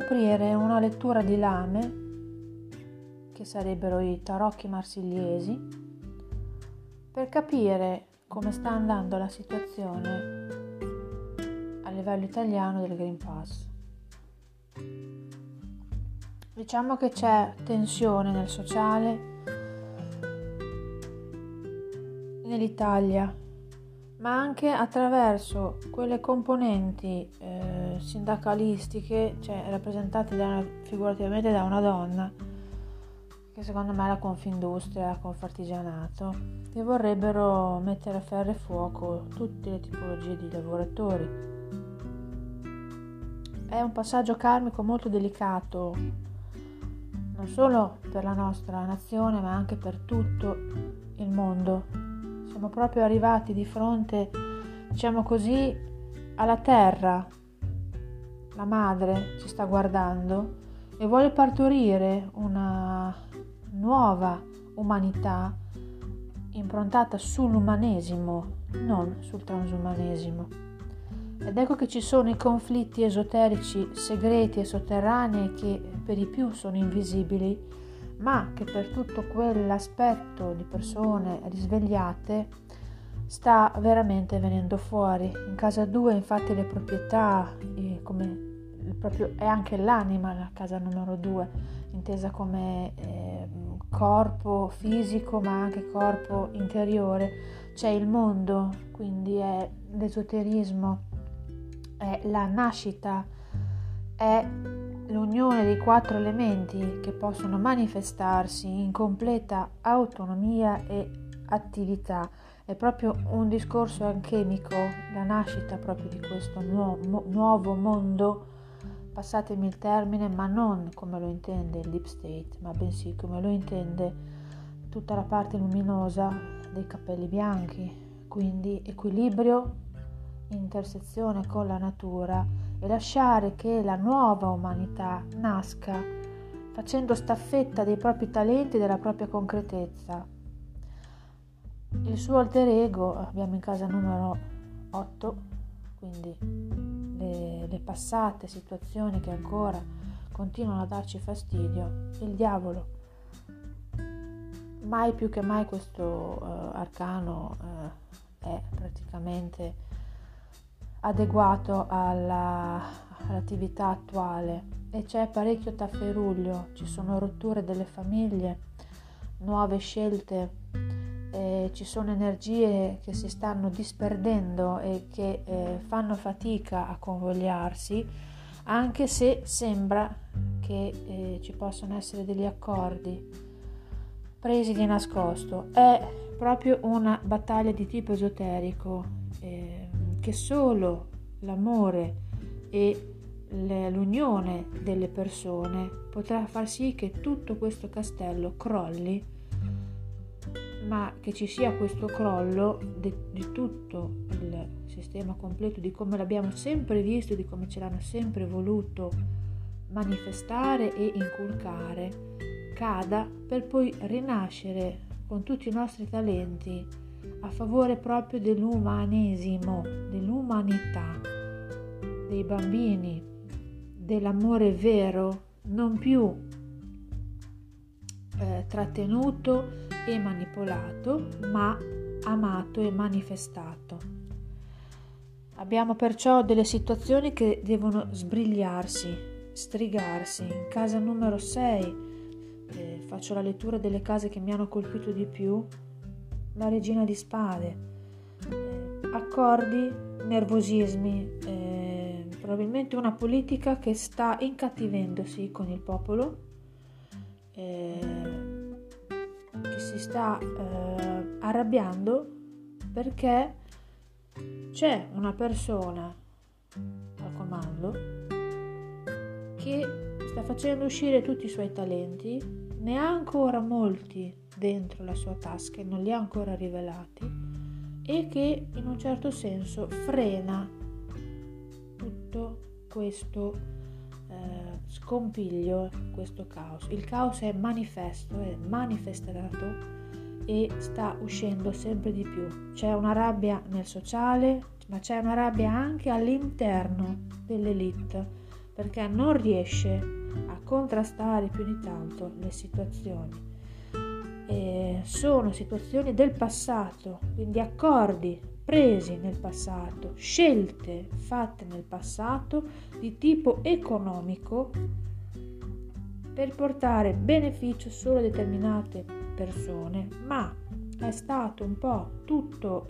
aprire una lettura di lame, che sarebbero i tarocchi marsigliesi, per capire come sta andando la situazione a livello italiano del Green Pass. Diciamo che c'è tensione nel sociale nell'Italia, ma anche attraverso quelle componenti sindacalistiche, cioè rappresentate figurativamente da una donna, che secondo me è la Confindustria, la Confartigianato, che vorrebbero mettere a ferro e fuoco tutte le tipologie di lavoratori. È un passaggio karmico molto delicato, non solo per la nostra nazione, ma anche per tutto il mondo. Siamo proprio arrivati di fronte, diciamo così, alla terra. La madre ci sta guardando e vuole partorire una nuova umanità improntata sull'umanesimo, non sul transumanesimo. Ed ecco che ci sono i conflitti esoterici, segreti e sotterranei che per di più sono invisibili, ma che per tutto quell'aspetto di persone risvegliate sta veramente venendo fuori. In casa 2 infatti le proprietà, è anche l'anima, la casa numero 2, intesa come corpo fisico ma anche corpo interiore, c'è il mondo, quindi è l'esoterismo, è la nascita, è l'unione dei 4 elementi che possono manifestarsi in completa autonomia e attività. È proprio un discorso alchemico, la nascita proprio di questo nuovo mondo, passatemi il termine, ma non come lo intende il Deep State, ma bensì come lo intende tutta la parte luminosa dei capelli bianchi, quindi equilibrio, intersezione con la natura e lasciare che la nuova umanità nasca facendo staffetta dei propri talenti e della propria concretezza. Il suo alter ego abbiamo in casa numero 8, quindi le passate situazioni che ancora continuano a darci fastidio. Il diavolo, mai più che mai questo arcano è praticamente adeguato all'attività attuale e c'è parecchio tafferuglio, ci sono rotture delle famiglie, nuove scelte, ci sono energie che si stanno disperdendo e che fanno fatica a convogliarsi, anche se sembra che ci possano essere degli accordi presi di nascosto. È proprio una battaglia di tipo esoterico che solo l'amore e l'unione delle persone potrà far sì che tutto questo castello crolli, ma che ci sia questo crollo di tutto il sistema completo, di come l'abbiamo sempre visto, di come ce l'hanno sempre voluto manifestare e inculcare, cada per poi rinascere con tutti i nostri talenti a favore proprio dell'umanesimo, dell'umanità, dei bambini, dell'amore vero, non più trattenuto e manipolato, ma amato e manifestato. Abbiamo perciò delle situazioni che devono sbrigliarsi, strigarsi. In casa numero 6 faccio la lettura delle case che mi hanno colpito di più. La regina di spade, accordi, nervosismi, probabilmente una politica che sta incattivendosi con il popolo, che si sta arrabbiando perché c'è una persona al comando che sta facendo uscire tutti i suoi talenti, ne ha ancora molti dentro la sua tasca e non li ha ancora rivelati, e che in un certo senso frena tutto questo scompiglio, questo caos. Il caos è manifesto, è manifestato e sta uscendo sempre di più. C'è una rabbia nel sociale, ma c'è una rabbia anche all'interno dell'elite, perché non riesce a contrastare più di tanto le situazioni. Sono situazioni del passato, quindi accordi presi nel passato, scelte fatte nel passato di tipo economico per portare beneficio solo a determinate persone, ma è stato un po' tutto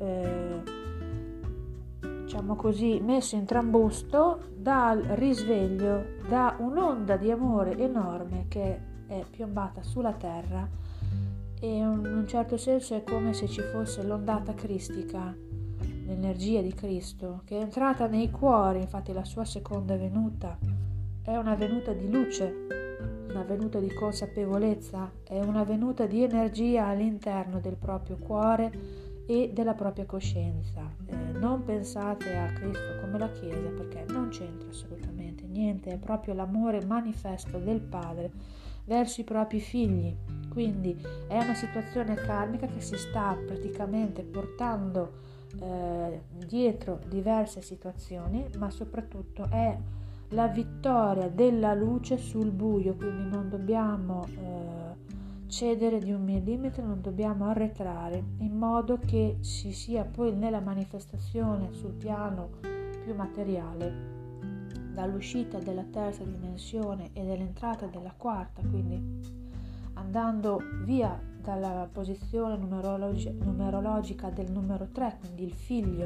diciamo così messo in trambusto dal risveglio, da un'onda di amore enorme che è piombata sulla terra, e in un certo senso è come se ci fosse l'ondata cristica, l'energia di Cristo che è entrata nei cuori. Infatti la sua seconda venuta è una venuta di luce, una venuta di consapevolezza, è una venuta di energia all'interno del proprio cuore e della propria coscienza. Non pensate a Cristo come la Chiesa, perché non c'entra assolutamente niente, è proprio l'amore manifesto del Padre verso i propri figli. Quindi è una situazione karmica che si sta praticamente portando dietro diverse situazioni, ma soprattutto è la vittoria della luce sul buio, quindi non dobbiamo cedere di un millimetro, non dobbiamo arretrare, in modo che ci sia poi nella manifestazione sul piano più materiale, dall'uscita della terza dimensione e dell'entrata della quarta, quindi andando via dalla posizione numerologica del numero 3, quindi il figlio,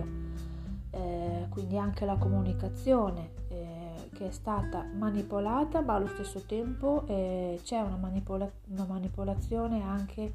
quindi anche la comunicazione che è stata manipolata, ma allo stesso tempo c'è una manipolazione anche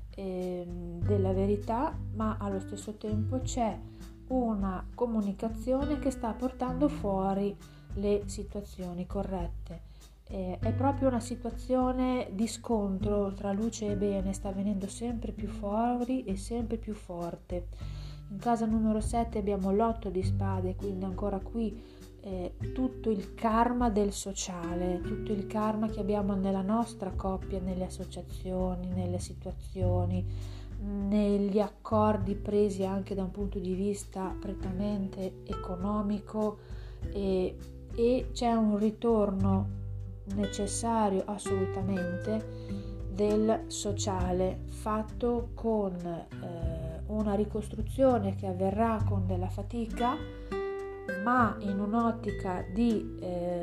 della verità, ma allo stesso tempo c'è una comunicazione che sta portando fuori le situazioni corrette. È proprio una situazione di scontro tra luce e bene, sta venendo sempre più fuori e sempre più forte. In casa numero 7 abbiamo l'8 di spade, quindi ancora qui tutto il karma del sociale, tutto il karma che abbiamo nella nostra coppia, nelle associazioni, nelle situazioni, negli accordi presi anche da un punto di vista prettamente economico, e c'è un ritorno necessario assolutamente del sociale, fatto con una ricostruzione che avverrà con della fatica, ma in un'ottica di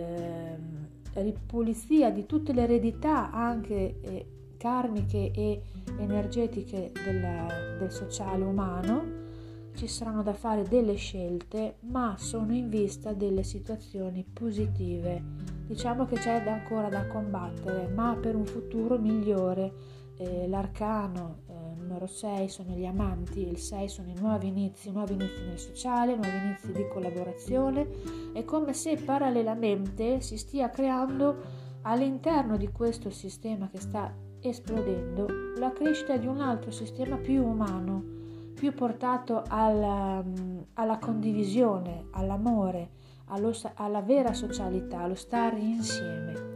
ripulizia di tutte le eredità anche karmiche e energetiche del sociale umano. Ci saranno da fare delle scelte, ma sono in vista delle situazioni positive. Diciamo che c'è ancora da combattere, ma per un futuro migliore. L'arcano numero 6 sono gli amanti, il 6 sono i nuovi inizi nel sociale, nuovi inizi di collaborazione. È come se parallelamente si stia creando all'interno di questo sistema che sta esplodendo la crescita di un altro sistema più umano, più portato alla condivisione, all'amore, alla vera socialità, allo stare insieme.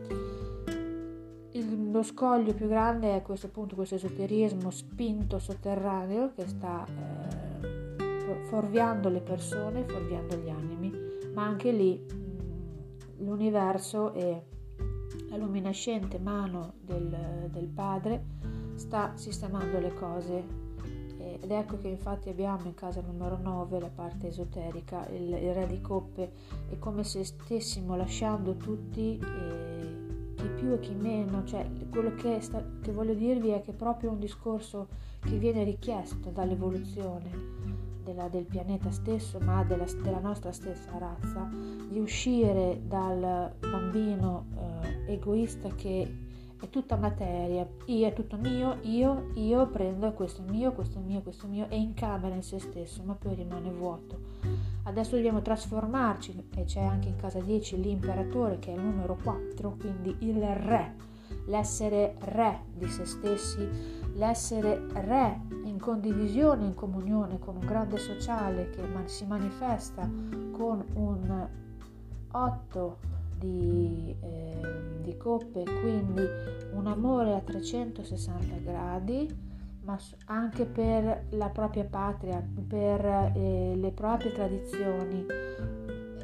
Lo scoglio più grande è questo esoterismo spinto sotterraneo che sta fuorviando le persone, fuorviando gli animi, ma anche lì l'universo e la luminescente mano del Padre sta sistemando le cose. Ed ecco che infatti abbiamo in casa numero 9 la parte esoterica, il re di coppe. È come se stessimo lasciando tutti, chi più e chi meno, cioè quello che voglio dirvi è che è proprio un discorso che viene richiesto dall'evoluzione del pianeta stesso, ma della nostra stessa razza, di uscire dal bambino egoista che è tutta materia, è tutto mio, io prendo, questo è mio, e incamera in se stesso, ma poi rimane vuoto. Adesso dobbiamo trasformarci, e c'è anche in casa 10 l'imperatore, che è il numero 4, quindi il re, l'essere re di se stessi, l'essere re in condivisione, in comunione con un grande sociale che si manifesta con un 8 di coppe, quindi un amore a 360 gradi, ma anche per la propria patria, per le proprie tradizioni,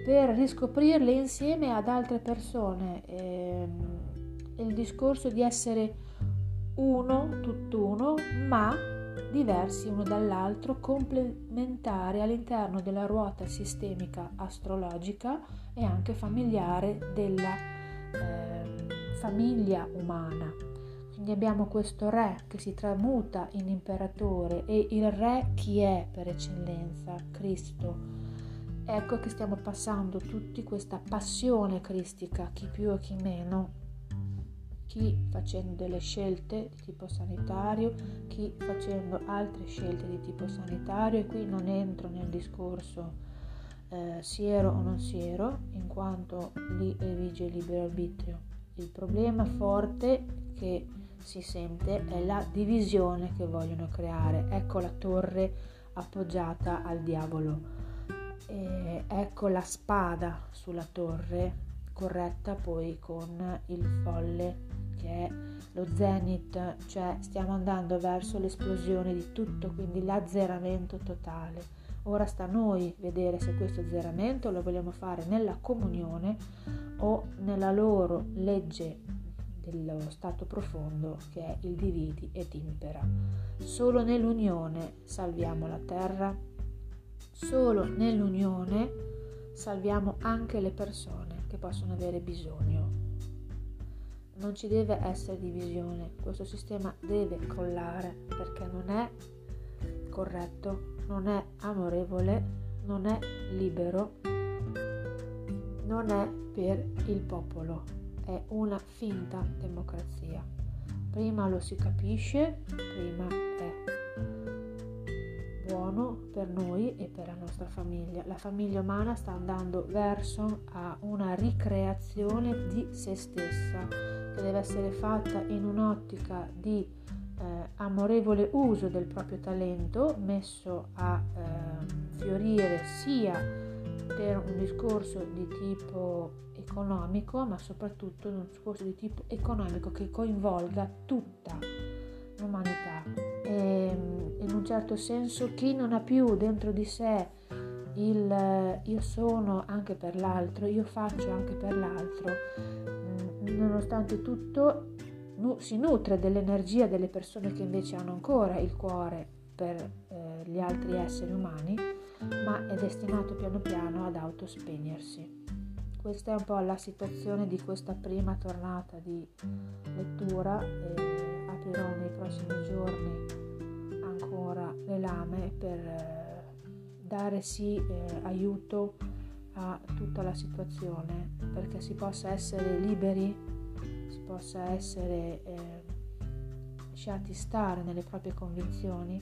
per riscoprirle insieme ad altre persone. Il discorso di essere uno, tutt'uno, ma diversi uno dall'altro, complementari all'interno della ruota sistemica astrologica e anche familiare della famiglia umana. Quindi abbiamo questo re che si tramuta in imperatore, e il re chi è per eccellenza? Cristo. Ecco che stiamo passando tutti questa passione cristica, chi più e chi meno, chi facendo delle scelte di tipo sanitario, chi facendo altre scelte di tipo sanitario, e qui non entro nel discorso siero o non siero, in quanto lì vige il libero arbitrio. Il problema forte che si sente è la divisione che vogliono creare. Ecco la torre appoggiata al diavolo, ecco la spada sulla torre corretta poi con il folle che è lo zenith, cioè stiamo andando verso l'esplosione di tutto, quindi l'azzeramento totale. Ora sta a noi vedere se questo azzeramento lo vogliamo fare nella comunione o nella loro legge dello stato profondo, che è il dividi et impera. Solo nell'unione salviamo la terra, solo nell'unione salviamo anche le persone che possono avere bisogno. Non ci deve essere divisione, questo sistema deve crollare, perché non è corretto, non è amorevole, non è libero, non è per il popolo, è una finta democrazia. Prima lo si capisce, prima è buono per noi e per la nostra famiglia. La famiglia umana sta andando verso a una ricreazione di se stessa, che deve essere fatta in un'ottica di amorevole uso del proprio talento, messo a fiorire sia per un discorso di tipo economico, ma soprattutto un discorso di tipo economico che coinvolga tutta l'umanità. E in un certo senso chi non ha più dentro di sé il io sono anche per l'altro, io faccio anche per l'altro, nonostante tutto si nutre dell'energia delle persone che invece hanno ancora il cuore per gli altri esseri umani, ma è destinato piano piano ad autospegnersi. Questa è un po' la situazione di questa prima tornata di lettura. Aprirò nei prossimi giorni ancora le lame per dare aiuto a tutta la situazione, perché si possa essere liberi, si possa essere lasciati stare nelle proprie convinzioni,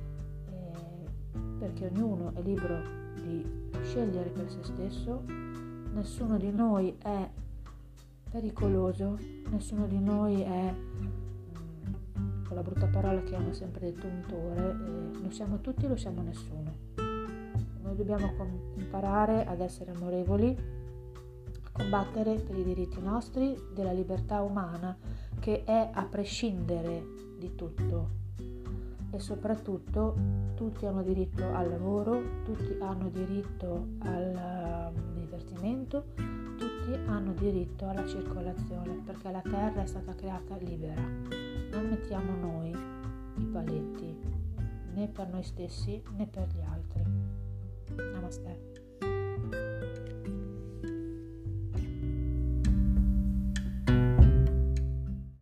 perché ognuno è libero di scegliere per se stesso, nessuno di noi è pericoloso, nessuno di noi è, con la brutta parola che hanno sempre detto, un tore, lo siamo tutti, lo siamo nessuno. Noi dobbiamo imparare ad essere amorevoli, a combattere per i diritti nostri, della libertà umana, che è a prescindere di tutto. E soprattutto tutti hanno diritto al lavoro, tutti hanno diritto al divertimento, tutti hanno diritto alla circolazione, perché la terra è stata creata libera. Non mettiamo noi i paletti né per noi stessi né per gli altri. Namaste.